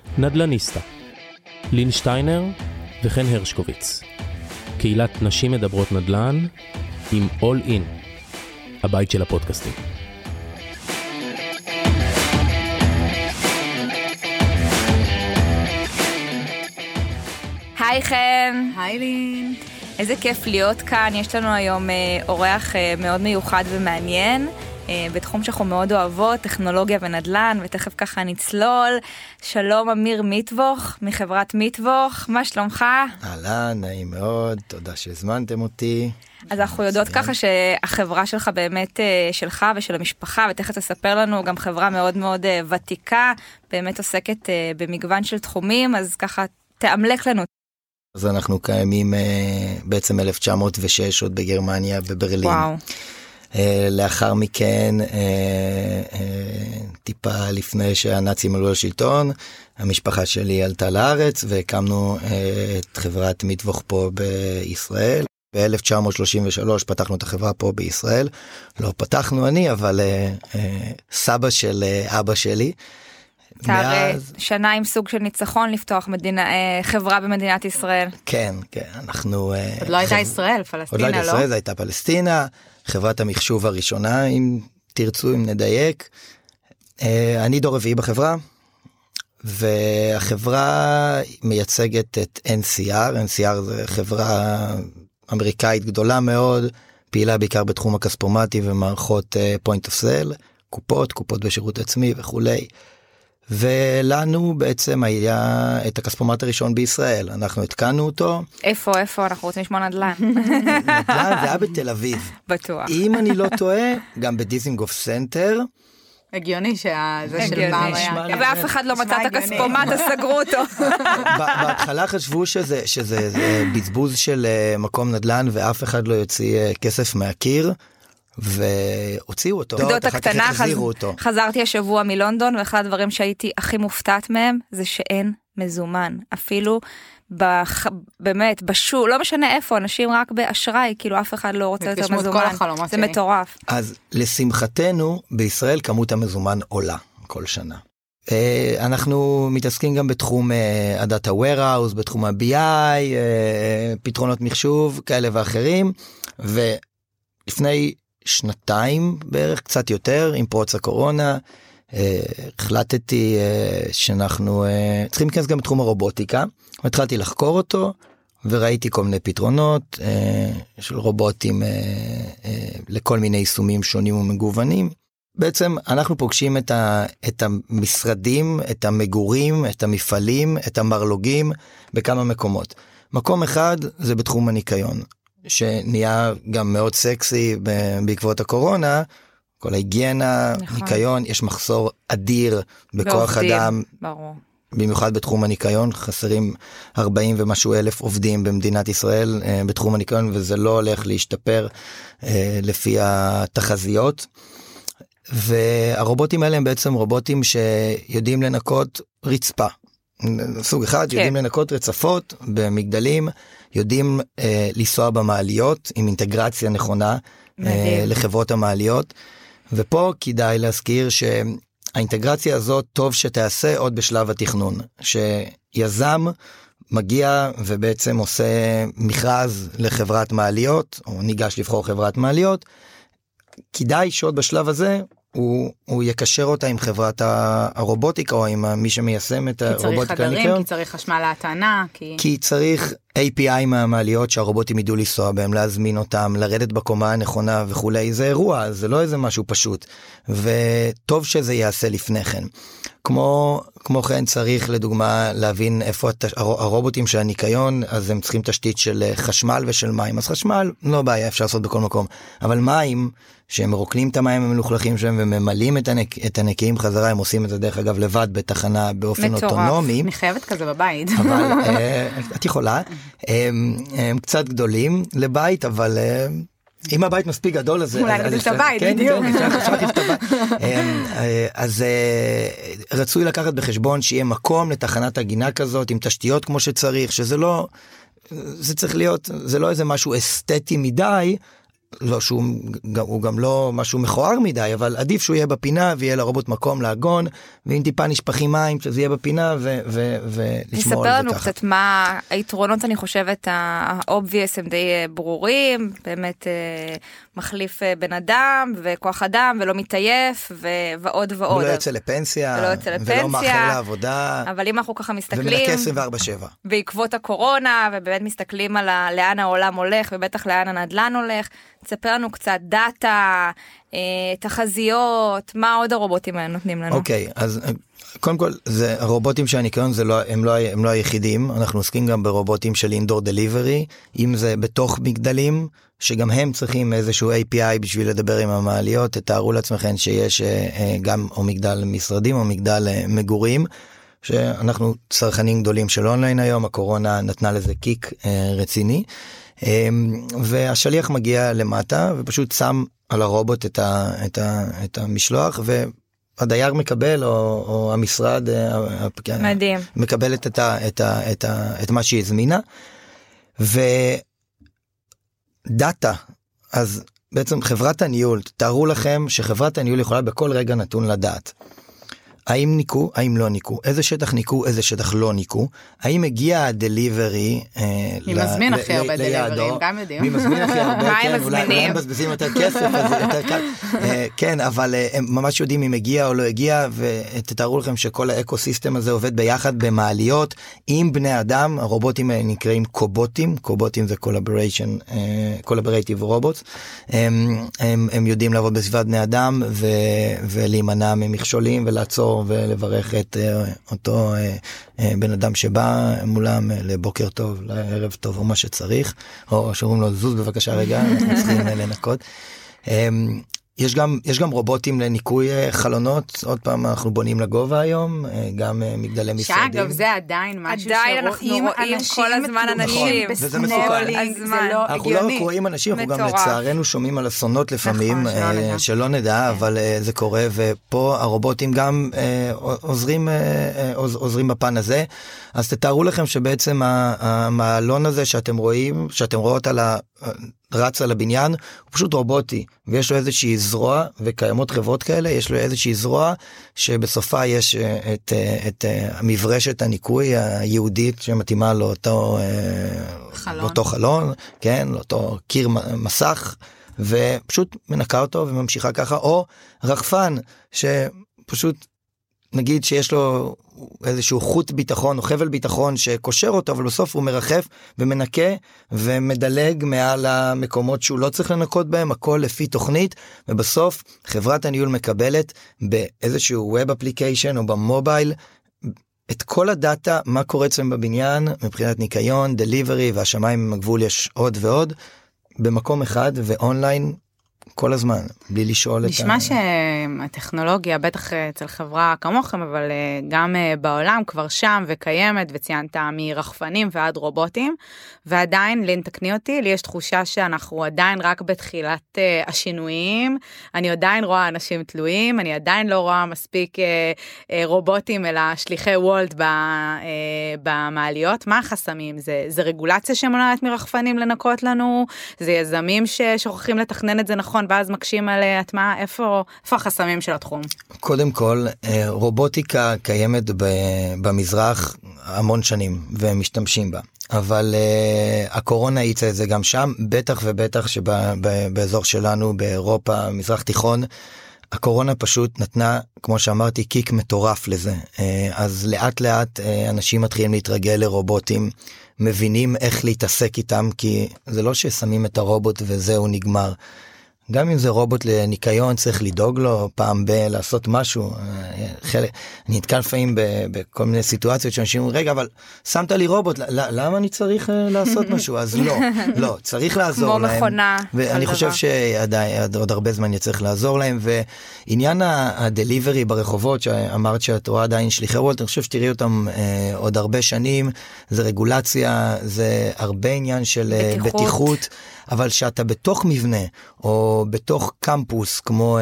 נדלניסטה, לין שטיינר וחן הרשקוביץ. קהילת נשים מדברות נדל"ן עם All In, הבית של הפודקאסטים. היי חן. היי לין. איזה כיף להיות כאן. יש לנו היום אורח מאוד מיוחד ומעניין, בתחום שאנחנו מאוד אוהבות, טכנולוגיה ונדל"ן, ותכף ככה נצלול. שלום אמיר מיטבוך, מחברת מיטבוך, מה שלומך? אהלן, נעים מאוד, תודה שהזמנתם אותי. אז אנחנו יודעות ככה שהחברה שלך באמת שלך ושל המשפחה, ותכף תספר לנו, גם חברה מאוד מאוד ותיקה, באמת עוסקת במגוון של תחומים, אז ככה תאמלק לנו. אז אנחנו קיימים בעצם 1906 עוד בגרמניה, בברלין. וואו. לאחר מכן, טיפה לפני שהנאצים עלו לשלטון, המשפחה שלי עלתה לארץ והקמנו את חברת מיטבוך פה בישראל. ב-1933 פתחנו את החברה פה בישראל. לא פתחנו אני, אבל סבא של אבא שלי. שנה עם סוג של ניצחון לפתוח חברה במדינת ישראל. כן, כן, אנחנו... עוד לא הייתה ישראל, פלסטינה, לא? עוד לא הייתה ישראל, זה הייתה פלסטינה, חברת המחשוב הראשונה, אם תרצו, אם נדייק. אני דור רביעי בחברה, והחברה מייצגת את NCR. NCR זה חברה אמריקאית גדולה מאוד, פעילה בעיקר בתחום הכספומטי ומערכות point of sale, קופות בשירות עצמי וכולי. ולנו בעצם היה את הכספומט הראשון בישראל, אנחנו התקנו אותו. איפה? אנחנו רוצים לשמוע נדל"ן. נדל"ן זה היה בתל אביב. בטוח. אם אני לא טועה, גם בדיזינגוף סנטר. הגיוני שזה של פעם היה. ואף אחד לא מצא את הכספומט, אז סגרו אותו. בהתחלה חשבו שזה בזבוז של מקום נדל"ן, ואף אחד לא יוציא כסף מהקיר. והוציאו אותו. גדות הקטנה, חזרתי השבוע מלונדון, ואחד הדברים שהייתי הכי מופתעת מהם, זה שאין מזומן. אפילו באמת, בשוק, לא משנה איפה, אנשים רק באשראי, כאילו אף אחד לא רוצה יותר מזומן. זה מטורף. אז לשמחתנו, בישראל כמות המזומן עולה כל שנה. אנחנו מתעסקים גם בתחום הדאטה warehouse, בתחום ה-BI, פתרונות מחשוב, כאלה ואחרים, ולפני שנתיים בערך, קצת יותר, עם פרוץ הקורונה, החלטתי שאנחנו צריכים להיכנס גם בתחום הרובוטיקה, והתחלתי לחקור אותו, וראיתי כל מיני פתרונות של רובוטים לכל מיני יישומים שונים ומגוונים. בעצם אנחנו פוגשים את המשרדים, את המגורים, את המפעלים, את המרלוגים, בכמה מקומות. מקום אחד זה בתחום הניקיון, שנהיה גם מאוד סקסי בעקבות הקורונה, כל ההיגיינה, ניקיון, יש מחסור אדיר בכוח אדם, ברור. במיוחד בתחום הניקיון, חסרים 40 ומשהו אלף עובדים במדינת ישראל בתחום הניקיון, וזה לא הולך להשתפר לפי התחזיות, והרובוטים האלה הם בעצם רובוטים שיודעים לנקות רצפה, סוג אחד, יודעים לנקות רצפות במגדלים, יודעים לנסוע במעליות עם אינטגרציה נכונה לחברות המעליות, ופה כדאי להזכיר שהאינטגרציה הזאת טוב שתעשה עוד בשלב התכנון, שיזם מגיע ובעצם עושה מכרז לחברת מעליות, או ניגש לבחור חברת מעליות, כדאי שעוד בשלב הזה הוא יקשר אותה עם חברת הרובוטיקה, או עם מי שמיישם את הרובוטיקה. כי צריך חדרים, כי צריך חשמל להטענה. כי צריך API מהמעליות שהרובוטים ידעו לנסוע בהם, להזמין אותם, לרדת בקומה הנכונה וכולי. זה אירוע, זה לא איזה משהו פשוט. וטוב שזה יעשה לפני כן. כמו כן צריך לדוגמה להבין איפה הרובוטים של הניקיון, אז הם צריכים תשתית של חשמל ושל מים. אז חשמל לא בעיה, אפשר לעשות בכל מקום. אבל מים, שהם מרוקנים את המים המלוכלכים שלהם וממלאים את הנקיים חזרה, הם עושים את זה דרך אגב לבד בתחנה באופן אוטונומי. אני חייבת כזה בבית. אבל את יכולה. הם קצת גדולים לבית, אבל אם הבית מספיק גדול, אז... אולי נגדיל את הבית, בדיוק. אז רצוי לקחת בחשבון שיהיה מקום לתחנת הגינה כזאת, עם תשתיות כמו שצריך, שזה לא... זה צריך להיות, זה לא איזה משהו אסתטי מדי, לא שהוא גם לא משהו מכוער מדי, אבל עדיף שהוא יהיה בפינה ויהיה לרובוט מקום להגון, ואם טיפה נשפכים מים, שזה יהיה בפינה ולשמור על זה ככה. תספר לנו קצת מה היתרונות, אני חושבת, ה-obvious הם די ברורים, באמת מחליף בן אדם וכוח אדם ולא מתעייף ועוד ועוד. ולא יוצא לפנסיה, ולא מאחר לעבודה. אבל אם אנחנו ככה מסתכלים, ומנקה 24/7. בעקבות הקורונה, ובאמת מסתכלים על לאן העולם הולך, ובטח לאן הנדל"ן הולך, תספר לנו קצת דאטה, תחזיות, מה עוד הרובוטים האלה נותנים לנו? אוקיי, אז קודם כל, הרובוטים של הניקיון הם לא היחידים, אנחנו עוסקים גם ברובוטים של indoor delivery, אם זה בתוך מגדלים, שגם הם צריכים איזשהו API בשביל לדבר עם המעליות, תתארו לעצמכם שיש גם או מגדל משרדים או מגדל מגורים, שאנחנו צרכנים גדולים של אונליין היום, הקורונה נתנה לזה קיק רציני, והשליח מגיע למטה ופשוט שם על הרובוט את המשלוח, והדייר מקבל או המשרד מדהים. מקבלת את מה שהיא הזמינה, ודאטה, אז בעצם חברת הניהול, תארו לכם שחברת הניהול יכולה בכל רגע נתון לדעת. האם ניקו, האם לא ניקו, איזה שטח ניקו, איזה שטח לא ניקו, האם הגיע הדליברי מי מזמין הכי הרבה דליברים, גם יודעים. מי מזמין הכי הרבה, כן, אולי הם מבזבזים יותר כסף, אז יותר קל. כן, אבל הם ממש יודעים אם הגיע או לא הגיע, ותתארו לכם שכל האקוסיסטם הזה עובד ביחד במעליות, עם בני אדם, הרובוטים האלה נקראים קובוטים, קובוטים זה collaborative robots, הם יודעים לעבוד בסביבת בני אדם, ולהימנע ממכשולים ולעצור ולברך את אותו בן אדם שבא מולם לבוקר טוב, לערב טוב או מה שצריך, או שאומרים לו זוז בבקשה רגע, צריכים לנקות. יש גם רובוטים לניקוי חלונות, עוד פעם אנחנו בונים לגובה היום, גם מגדלי משרדים. שאגב זה עדיין משהו שרואים כל הזמן אנשים, וזה מסוכן. אנחנו לא רק רואים אנשים, אנחנו גם לצערנו שומעים על אסונות לפעמים, שלא נדע, אבל זה קורה, ופה הרובוטים גם עוזרים בפן הזה, אז תתארו לכם שבעצם המעלון הזה שאתם רואים, שאתם רואות רץ על הבניין, הוא פשוט רובוטי, ויש לו איזושהי זרוע, וקיימות חברות כאלה, יש לו איזושהי זרוע, שבסופה יש את המברשת הניקוי היהודית, שמתאימה לאותו חלון, כן, לאותו קיר מסך, ופשוט מנקה אותו וממשיכה ככה, או רחפן, שפשוט נגיד שיש לו איזשהו חוט ביטחון או חבל ביטחון שקושר אותו, אבל בסוף הוא מרחף ומנקה ומדלג מעל המקומות שהוא לא צריך לנקות בהם, הכל לפי תוכנית, ובסוף חברת הניהול מקבלת באיזשהו ווב אפליקיישן או במובייל את כל הדאטה, מה קורה אצלם בבניין, מבחינת ניקיון, דליברי, והשמיים עם הגבול יש עוד ועוד, במקום אחד ואונליין, כל הזמן, בלי לשאול את נשמע שהטכנולוגיה, בטח אצל חברה כמוכם, אבל גם בעולם כבר שם וקיימת, וציינת מרחפנים ועד רובוטים, ועדיין, לין תקני אותי, לי יש תחושה שאנחנו עדיין רק בתחילת השינויים, אני עדיין רואה אנשים תלויים, אני עדיין לא רואה מספיק רובוטים, אלא שליחי וולט במעליות. מה החסמים? זה רגולציה שמונעת מרחפנים לנקות לנו? זה יזמים ששוכחים לתכנן את זה נכון, ואז מקשים על הטמעה, איפה החסמים של התחום? קודם כל, רובוטיקה קיימת במזרח המון שנים, והם משתמשים בה. אבל הקורונה יצא את זה גם שם, בטח ובטח שבאזור שלנו, באירופה, מזרח תיכון, הקורונה פשוט נתנה, כמו שאמרתי, קיק מטורף לזה. אז לאט לאט אנשים מתחילים להתרגל לרובוטים, מבינים איך להתעסק איתם, כי זה לא ששמים את הרובוט וזהו נגמר. גם אם זה רובוט לניקיון, צריך לדאוג לו פעם לעשות משהו. אני נתקל לפעמים בכל מיני סיטואציות שאנשים אומרים, רגע, אבל שמת לי רובוט, למה אני צריך לעשות משהו? אז לא, צריך לעזור להם. כמו מכונה. ואני חושב שעוד הרבה זמן יצטרך לעזור להם, ועניין הדליברי ברחובות, שאמרת שאת רואה עדיין שליחי וולט, אני חושב שתראי אותם עוד הרבה שנים, זה רגולציה, זה הרבה עניין של בטיחות, אבל שאתה בתוך מבנה, או בתוך קמפוס, כמו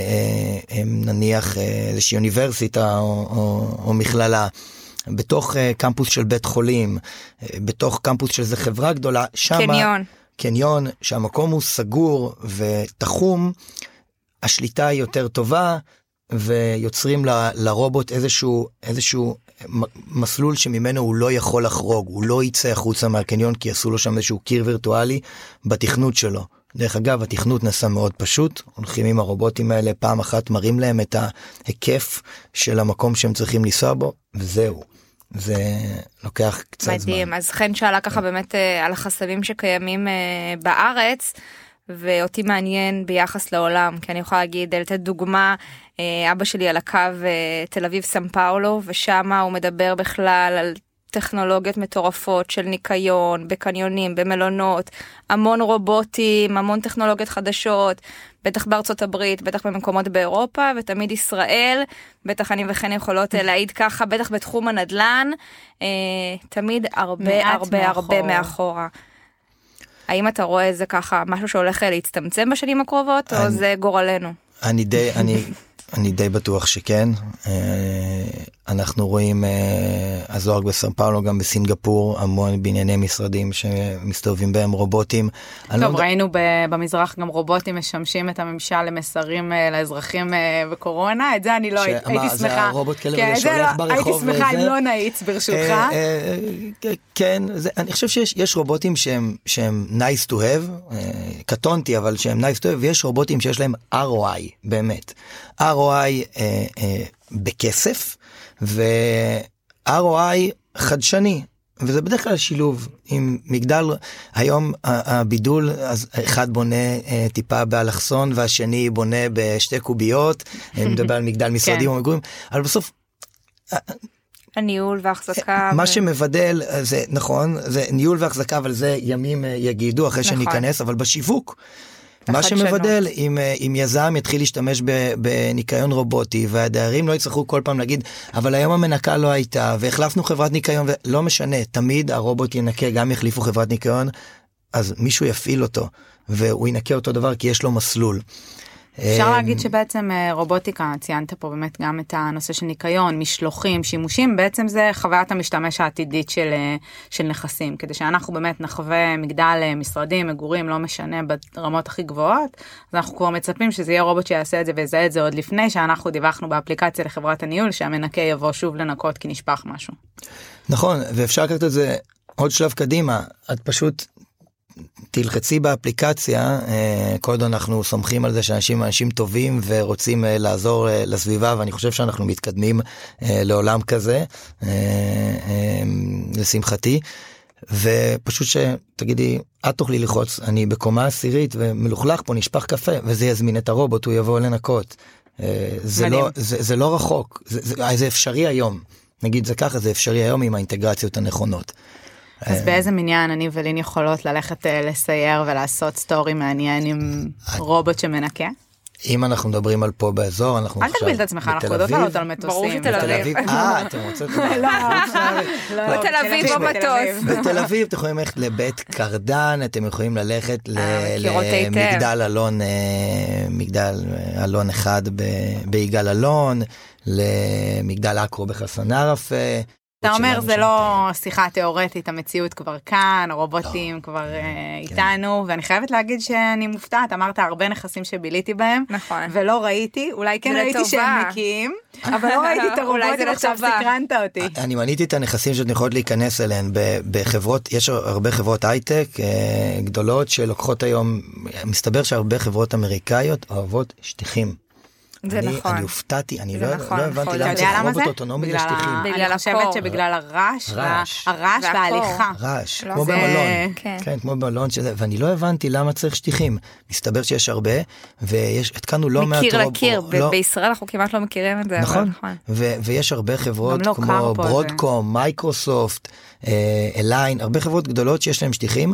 נניח איזושהי אוניברסיטה, או מכללה, בתוך קמפוס של בית חולים, בתוך קמפוס של איזו חברה גדולה, שמה, קניון. קניון שהמקום הוא סגור ותחום, השליטה היא יותר טובה, ויוצרים לרובוט איזשהו מסלול שממנו הוא לא יכול לחרוג, הוא לא יצא החוצה מהקניון, כי עשו לו שם איזשהו קיר וירטואלי בתכנות שלו. דרך אגב, התכנות נעשה מאוד פשוט, הולכים עם הרובוטים האלה, פעם אחת מראים להם את ההיקף של המקום שהם צריכים לנסוע בו, וזהו. זה לוקח קצת זמן. מדהים, אז חן שאלה ככה באמת על החסמים שקיימים בארץ, ואותי מעניין ביחס לעולם, כי אני יכולה להגיד, לתת דוגמה, אבא שלי על הקו תל אביב סן פאולו, ושם הוא מדבר בכלל על טכנולוגיות מטורפות של ניקיון, בקניונים, במלונות, המון רובוטים, המון טכנולוגיות חדשות, בטח בארצות הברית, בטח במקומות באירופה, ותמיד ישראל, בטח אני וכן יכולות להעיד ככה, בטח בתחום הנדלן, תמיד הרבה מאחורה. האם אתה רואה איזה ככה, משהו שהולך להצטמצם בשנים הקרובות, או זה גורלנו? אני די בטוח שכן. אנחנו רואים, אז לא רק בסן פאולו, גם בסינגפור, המון בענייני משרדים שמסתובבים בהם רובוטים. טוב, ראינו במזרח גם רובוטים משמשים את הממשל למסרים לאזרחים בקורונה, את זה אני לא הייתי שמחה. זה הרובוט כלב שולח ברחוב. הייתי שמחה אם לא נאיץ ברשותך. כן, אני חושב שיש רובוטים שהם nice to have, קטונתי, אבל שהם nice to have, ויש רובוטים שיש להם ROI, באמת. ROI בכסף, ו-ROI חדשני, וזה בדרך כלל שילוב עם מגדל. היום הבידול, אז אחד בונה טיפה באלכסון, והשני בונה בשתי קוביות, מדבר על מגדל משרדים או מגורים, אבל בסוף הניהול והחזקה. מה שמבדל, זה נכון, זה ניהול והחזקה, אבל זה ימים יגידו אחרי שניכנס, אבל בשיווק, מה שמבדל, אם יזם יתחיל להשתמש בניקיון רובוטי, והדיירים לא יצטרכו כל פעם להגיד, אבל היום המנקה לא הייתה, והחלפנו חברת ניקיון, ולא משנה, תמיד הרובוט ינקה, גם יחליפו חברת ניקיון, אז מישהו יפעיל אותו, והוא ינקה אותו דבר, כי יש לו מסלול. אפשר להגיד שבעצם רובוטיקה, ציינת פה באמת גם את הנושא של ניקיון, משלוחים, שימושים, בעצם זה חוויית המשתמש העתידית של נכסים, כדי שאנחנו באמת נחווה מגדל משרדים, מגורים, לא משנה ברמות הכי גבוהות, אז אנחנו כבר מצפים שזה יהיה רובוט שיעשה את זה ויזהה את זה עוד לפני שאנחנו דיווחנו באפליקציה לחברת הניהול, שהמנקה יבוא שוב לנקות כי נשפך משהו. נכון, ואפשר לקחת את זה עוד שלב קדימה, את פשוט תלחצי באפליקציה, כל עוד אנחנו סומכים על זה שאנשים אנשים טובים ורוצים לעזור לסביבה, ואני חושב שאנחנו מתקדמים לעולם כזה, לשמחתי, ופשוט שתגידי, את תוכלי לחוץ, אני בקומה עשירית ומלוכלך פה נשפך קפה, וזה יזמין את הרובוט, הוא יבוא לנקות. זה לא רחוק, זה אפשרי היום, נגיד זה ככה, זה אפשרי היום עם האינטגרציות הנכונות. אז באיזה מניין אני ולין יכולות ללכת לסייר ולעשות סטורי מעניין עם רובוט שמנקה? אם אנחנו מדברים על פה באזור, אנחנו עכשיו... אל תגביל את עצמך, אנחנו יודעות לעלות על מטוסים. ברור שתל אביב. אתם רוצות... לא, בתל אביב במטוס. בתל אביב אתם יכולים ללכת לבית קרדן, אתם יכולים ללכת למגדל אלון, מגדל אלון אחד ביגאל אלון, למגדל אקרו בחסן ערפה, אתה אומר, זה לא שיחה תיאורטית, המציאות כבר כאן, הרובוטים כבר איתנו, ואני חייבת להגיד שאני מופתעת, אמרת הרבה נכסים שביליתי בהם, ולא ראיתי, אולי כן ראיתי שהם נקיים, אבל לא ראיתי את הרובוטים, עכשיו סקרנת אותי. אני מניתי את הנכסים שאתם יכולות להיכנס אליהן, בחברות, יש הרבה חברות הייטק גדולות שלוקחות היום, מסתבר שהרבה חברות אמריקאיות אוהבות שטיחים. זה נכון. אני הופתעתי, אני לא הבנתי למה צריך רובוט אוטונומי לשטיחים. אני חושבת שבגלל הרעש וההליכה. רעש, כמו במלון. כן, כמו במלון, ואני לא הבנתי למה צריך שטיחים. מסתבר שיש הרבה, והתקנו לא מעט מקיר לקיר, בישראל אנחנו כמעט לא מכירים את זה. נכון, ויש הרבה חברות כמו ברודקום, מייקרוסופט, אליין, הרבה חברות גדולות שיש להם שטיחים,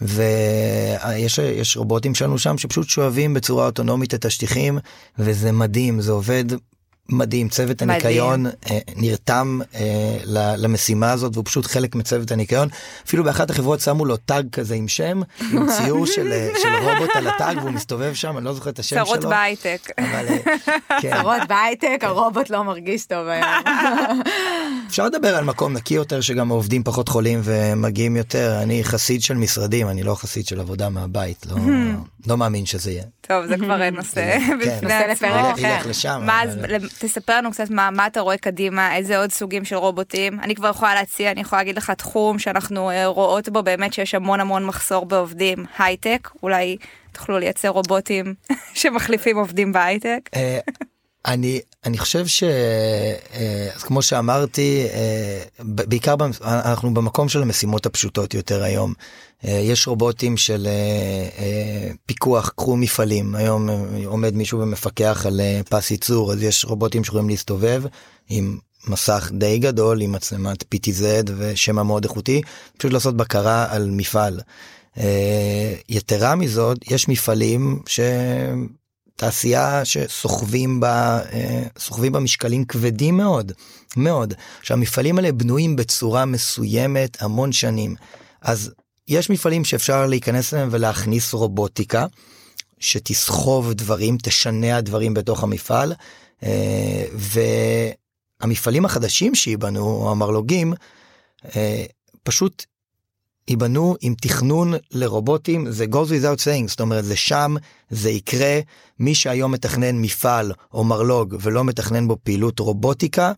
ויש רובוטים שלנו שם שפשוט שואבים בצורה אוטונומית את השטיחים, וזה מדהים, זה עובד מדהים, צוות הניקיון נרתם למשימה הזאת, והוא פשוט חלק מצוות הניקיון. אפילו באחת החברות שמו לו טאג כזה עם שם, עם ציור של רובוט על הטאג, והוא מסתובב שם, אני לא זוכר את השם שלו. צרות בהייטק. צרות בהייטק, הרובוט לא מרגיש טוב היום. אפשר לדבר על מקום נקי יותר, שגם העובדים פחות חולים ומגיעים יותר. אני חסיד של משרדים, אני לא חסיד של עבודה מהבית, לא מאמין שזה יהיה. טוב, זה כבר נושא בפני עצמו. תספר לנו קצת מה אתה רואה קדימה, איזה עוד סוגים של רובוטים. אני כבר יכולה להציע, אני יכולה להגיד לך תחום שאנחנו רואות בו באמת שיש המון מחסור בעובדים, הייטק, אולי תוכלו לייצר רובוטים שמחליפים עובדים בהייטק. אני חושב כמו שאמרתי, בעיקר אנחנו במקום של המשימות הפשוטות יותר היום. יש רובוטים של פיקוח, קחו מפעלים, היום עומד מישהו ומפקח על פס ייצור, אז יש רובוטים שיכולים להסתובב עם מסך די גדול, עם מצלמת PTZ ושמע מאוד איכותי, פשוט לעשות בקרה על מפעל. יתרה מזאת, יש מפעלים תעשייה שסוחבים במשקלים כבדים מאוד, מאוד. שהמפעלים האלה בנויים בצורה מסוימת המון שנים. אז יש מפעלים שאפשר להיכנס אליהם ולהכניס רובוטיקה, שתסחוב דברים, תשנע דברים בתוך המפעל, והמפעלים החדשים שיבנו, או המרלוגים, פשוט ייבנו עם תכנון לרובוטים, זה goes without saying, זאת אומרת, זה שם, זה יקרה, מי שהיום מתכנן מפעל או מרלוג, ולא מתכנן בו פעילות רובוטיקה,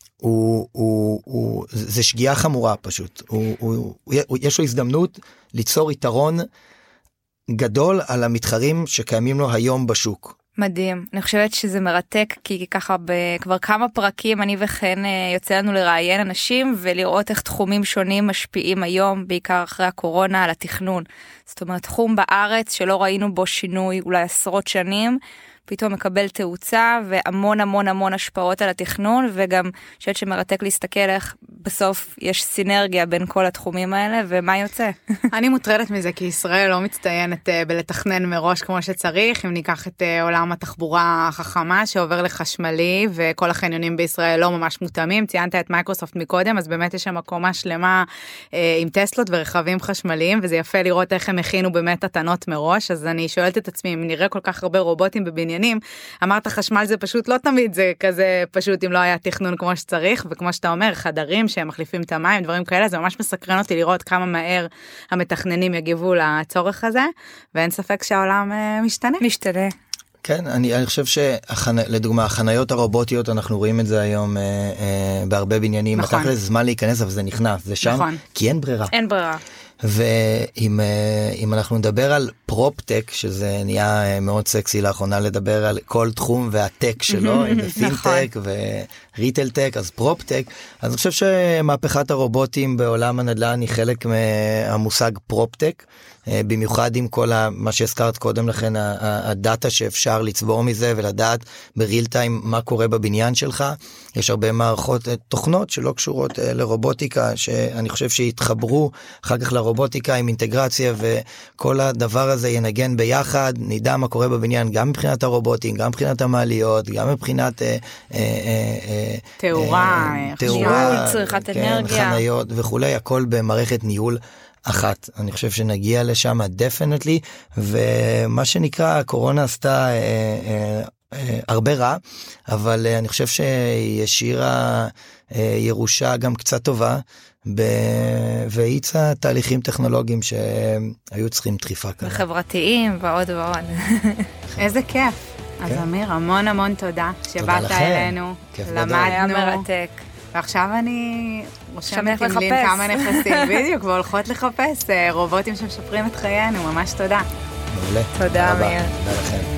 זה שגיאה חמורה פשוט, יש לו הזדמנות ליצור יתרון גדול על המתחרים שקיימים לו היום בשוק. מדהים, אני חושבת שזה מרתק, כי ככה כבר כמה פרקים אני וכן יוצא לנו לראיין אנשים ולראות איך תחומים שונים משפיעים היום, בעיקר אחרי הקורונה, על התכנון. זאת אומרת, תחום בארץ שלא ראינו בו שינוי אולי עשרות שנים, פתאום מקבל תאוצה והמון השפעות על התכנון, וגם חושבת שמרתק להסתכל איך בסוף יש סינרגיה בין כל התחומים האלה, ומה יוצא? אני מוטרדת מזה, כי ישראל לא מצטיינת בלתכנן מראש כמו שצריך. אם ניקח את עולם התחבורה החכמה שעובר לחשמלי, וכל החניונים בישראל לא ממש מותאמים, ציינת את מייקרוסופט מקודם, אז באמת יש שם מקומה שלמה עם טסלות ורכבים חשמליים, וזה יפה לראות איך הם הכינו באמת התנות מראש. אז אני שואלת את עצמי, אם נראה כל כך הרבה רובוטים בבניינים, אמרת חשמל זה פשוט לא תמיד זה כזה פשוט אם לא היה תכנון כמו שצריך, וכמו שאתה אומר, חדרים שהם מחליפים את המים, דברים כאלה, זה ממש מסקרן אותי לראות כמה מהר המתכננים יגיבו לצורך הזה, ואין ספק שהעולם משתנה. כן, אני חושב שלדוגמה, החניות הרובוטיות, אנחנו רואים את זה היום בהרבה בניינים, לקח לזה זמן להיכנס, אבל זה נכנס, זה שם, כי אין ברירה. אין ברירה. ואם אנחנו נדבר על פרופטק, שזה נהיה מאוד סקסי לאחרונה לדבר על כל תחום והטק שלו, אם זה פינטק וריטל טק, אז פרופטק, אז אני חושב שמהפכת הרובוטים בעולם הנדל"ן היא חלק מהמושג פרופטק, במיוחד עם כל מה שהזכרת קודם לכן, הדאטה שאפשר לצבור מזה ולדעת בריל טיים מה קורה בבניין שלך. יש הרבה מערכות תוכנות שלא קשורות לרובוטיקה, שאני חושב שיתחברו אחר כך לרובוטיקה עם אינטגרציה, וכל הדבר הזה ינגן ביחד, נדע מה קורה בבניין, גם מבחינת הרובוטים, גם מבחינת המעליות, גם מבחינת תאורה, צריכת אנרגיה, חניות וכולי, הכל במערכת ניהול אחת. אני חושב שנגיע לשם definitely, ומה שנקרא הקורונה עשתה הרבה רע, אבל אני חושב שהיא השאירה ירושה גם קצת טובה, והאיצה תהליכים טכנולוגיים שהיו צריכים דחיפה כאלה. וחברתיים ועוד ועוד. איזה כיף. אז אמיר, המון תודה שבאת אלינו, למדנו. מרתק. ועכשיו אני רושמת עם לין כמה נכסים, בדיוק, והולכות לחפש רובוטים שמשפרים את חיינו, ממש תודה. מעולה. תודה, אמיר. תודה לכם.